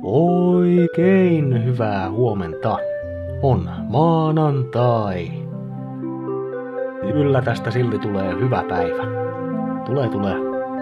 Oikein hyvää huomenta. On maanantai. Kyllä tästä silti tulee hyvä päivä. Tulee.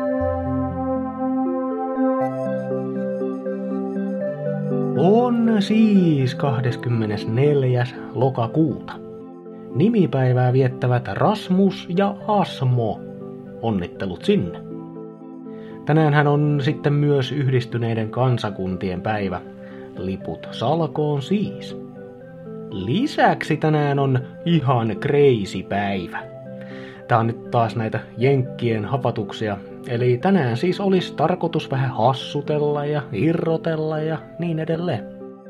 On siis 24. lokakuuta. Nimipäivää viettävät Rasmus ja Asmo. Onnittelut sinne. Tänäänhän on sitten myös Yhdistyneiden kansakuntien päivä. Liput salkoon siis. Lisäksi tänään on ihan crazy päivä. Tää on nyt taas näitä jenkkien hapatuksia. Eli tänään siis olisi tarkoitus vähän hassutella ja irrotella ja niin edelleen.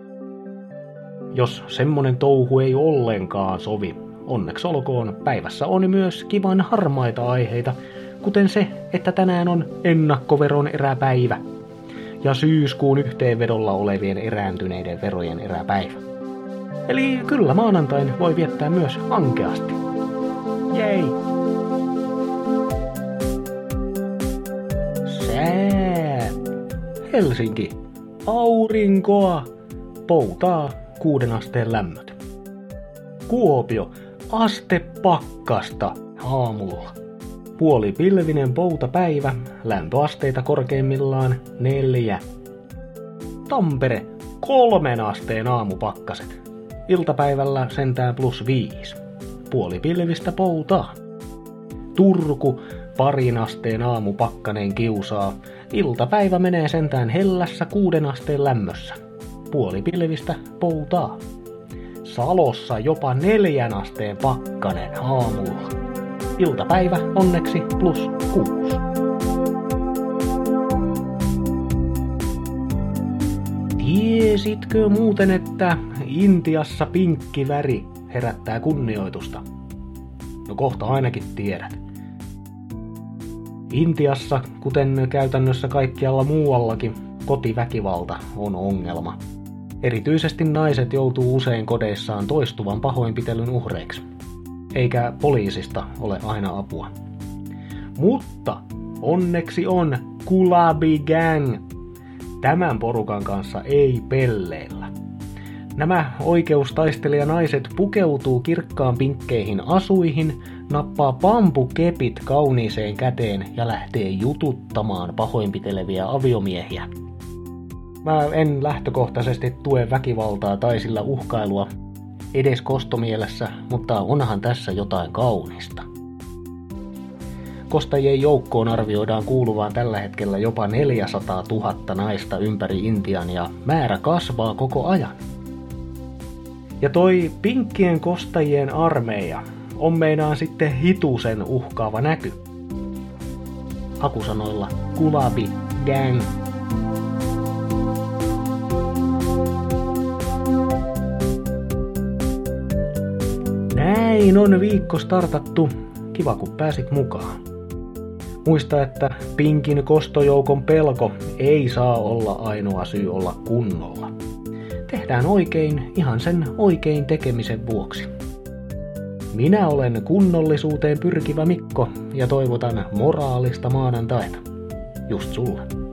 Jos semmonen touhu ei ollenkaan sovi, onneksi olkoon, päivässä on myös kivan harmaita aiheita, kuten se, että tänään on ennakkoveron eräpäivä ja syyskuun yhteenvedolla olevien erääntyneiden verojen eräpäivä. Eli kyllä maanantain voi viettää myös ankeasti. Jei! Sää! Helsinki. Aurinkoa. Poutaa 6 asteen lämmöt. Kuopio. Astepakkasta aamulla. Puolipilvinen poutapäivä, lämpöasteita korkeimmillaan 4. Tampere, 3 asteen aamupakkaset. Iltapäivällä sentään +5. Puolipilvistä poutaa. Turku, 2 asteen aamupakkanen kiusaa. Iltapäivä menee sentään hellässä 6 asteen lämmössä. Puolipilvistä poutaa. Salossa jopa 4 asteen pakkanen aamulla. Iltapäivä onneksi +6. Tiesitkö muuten, että Intiassa pinkki väri herättää kunnioitusta? No kohta ainakin tiedät. Intiassa, kuten käytännössä kaikkialla muuallakin, kotiväkivalta on ongelma. Erityisesti naiset joutuu usein kodeissaan toistuvan pahoinpitelyn uhreiksi. Eikä poliisista ole aina apua. Mutta onneksi on Gulabi Gang. Tämän porukan kanssa ei pelleillä. Nämä oikeustaistelijanaiset pukeutuu kirkkaan pinkkeihin asuihin, nappaa pampukepit kauniiseen käteen ja lähtee jututtamaan pahoinpiteleviä aviomiehiä. Mä en lähtökohtaisesti tue väkivaltaa tai sillä uhkailua, edes kostomielessä, mutta onhan tässä jotain kaunista. Kostajien joukkoon arvioidaan kuuluvaan tällä hetkellä jopa 400 000 naista ympäri Intian ja määrä kasvaa koko ajan. Ja toi pinkkien kostajien armeija on meinaan sitten hitusen uhkaava näky. Hakusanoilla Gulabi Gang. Näin on viikko startattu. Kiva kun pääsit mukaan. Muista, että pinkin kostojoukon pelko ei saa olla ainoa syy olla kunnolla. Tehdään oikein ihan sen oikein tekemisen vuoksi. Minä olen kunnollisuuteen pyrkivä Mikko ja toivotan moraalista maanantaita. Just sulle.